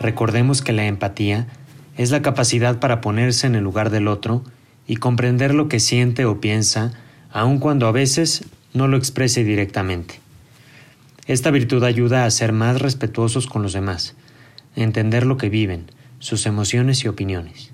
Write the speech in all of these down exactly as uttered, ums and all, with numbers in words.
Recordemos que la empatía es la capacidad para ponerse en el lugar del otro y comprender lo que siente o piensa, aun cuando a veces no lo exprese directamente. Esta virtud ayuda a ser más respetuosos con los demás, a entender lo que viven, sus emociones y opiniones.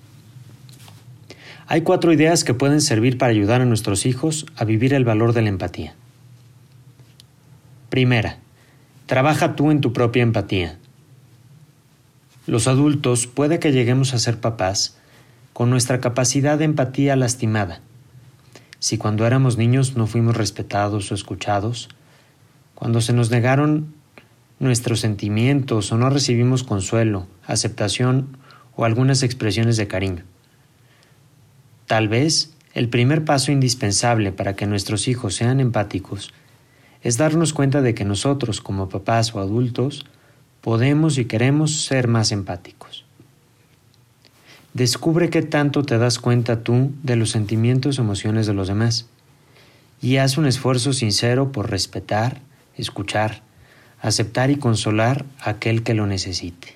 Hay cuatro ideas que pueden servir para ayudar a nuestros hijos a vivir el valor de la empatía. Primera, trabaja tú en tu propia empatía. Los adultos puede que lleguemos a ser papás con nuestra capacidad de empatía lastimada. Si cuando éramos niños no fuimos respetados o escuchados, cuando se nos negaron nuestros sentimientos o no recibimos consuelo, aceptación o algunas expresiones de cariño. Tal vez el primer paso indispensable para que nuestros hijos sean empáticos es darnos cuenta de que nosotros, como papás o adultos, podemos y queremos ser más empáticos. Descubre qué tanto te das cuenta tú de los sentimientos o emociones de los demás y haz un esfuerzo sincero por respetar, escuchar, aceptar y consolar a aquel que lo necesite.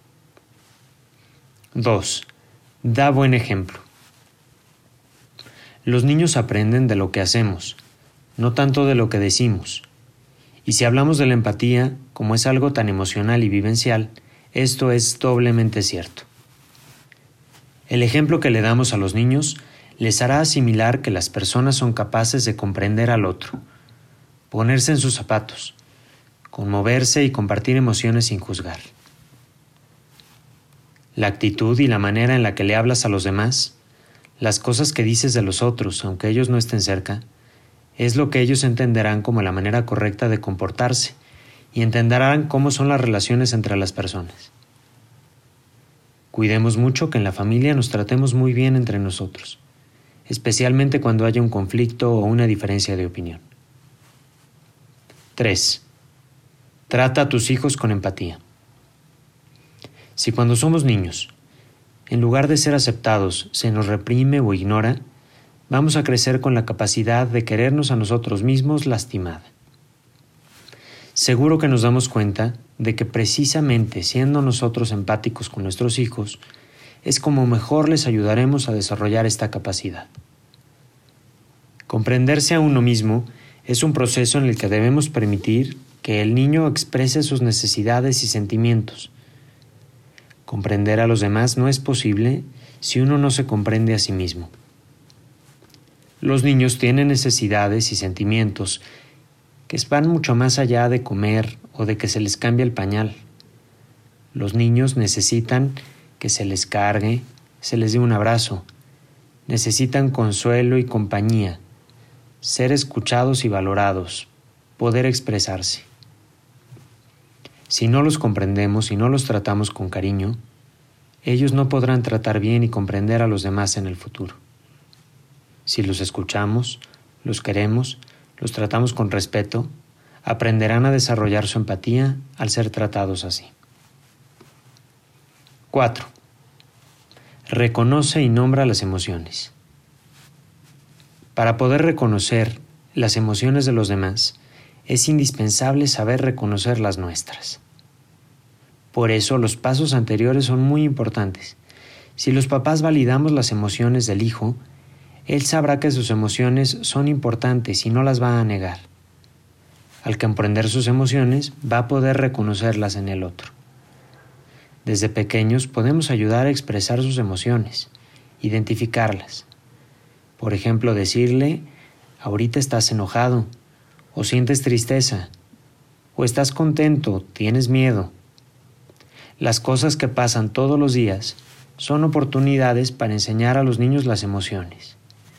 dos. Da buen ejemplo. Los niños aprenden de lo que hacemos, no tanto de lo que decimos. Y si hablamos de la empatía, como es algo tan emocional y vivencial, esto es doblemente cierto. El ejemplo que le damos a los niños les hará asimilar que las personas son capaces de comprender al otro, ponerse en sus zapatos, conmoverse y compartir emociones sin juzgar. La actitud y la manera en la que le hablas a los demás, las cosas que dices de los otros, aunque ellos no estén cerca, es lo que ellos entenderán como la manera correcta de comportarse y entenderán cómo son las relaciones entre las personas. Cuidemos mucho que en la familia nos tratemos muy bien entre nosotros, especialmente cuando haya un conflicto o una diferencia de opinión. tres. Trata a tus hijos con empatía. Si cuando somos niños, en lugar de ser aceptados, se nos reprime o ignora, vamos a crecer con la capacidad de querernos a nosotros mismos lastimada. Seguro que nos damos cuenta de que precisamente siendo nosotros empáticos con nuestros hijos, es como mejor les ayudaremos a desarrollar esta capacidad. Comprenderse a uno mismo es un proceso en el que debemos permitir que el niño exprese sus necesidades y sentimientos. Comprender a los demás no es posible si uno no se comprende a sí mismo. Los niños tienen necesidades y sentimientos que van mucho más allá de comer o de que se les cambie el pañal. Los niños necesitan que se les cargue, se les dé un abrazo. Necesitan consuelo y compañía, ser escuchados y valorados, poder expresarse. Si no los comprendemos y no los tratamos con cariño, ellos no podrán tratar bien y comprender a los demás en el futuro. Si los escuchamos, los queremos, los tratamos con respeto, aprenderán a desarrollar su empatía al ser tratados así. cuatro. Reconoce y nombra las emociones. Para poder reconocer las emociones de los demás, es indispensable saber reconocer las nuestras. Por eso los pasos anteriores son muy importantes. Si los papás validamos las emociones del hijo, él sabrá que sus emociones son importantes y no las va a negar. Al comprender sus emociones, va a poder reconocerlas en el otro. Desde pequeños podemos ayudar a expresar sus emociones, identificarlas. Por ejemplo, decirle, ahorita estás enojado, o sientes tristeza, o estás contento, tienes miedo. Las cosas que pasan todos los días son oportunidades para enseñar a los niños las emociones.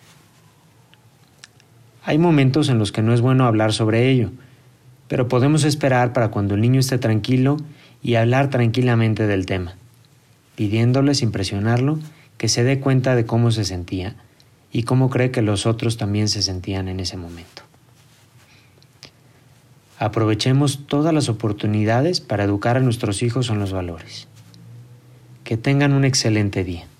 Hay momentos en los que no es bueno hablar sobre ello, pero podemos esperar para cuando el niño esté tranquilo y hablar tranquilamente del tema, pidiéndole sin presionarlo que se dé cuenta de cómo se sentía y cómo cree que los otros también se sentían en ese momento. Aprovechemos todas las oportunidades para educar a nuestros hijos en los valores. Que tengan un excelente día.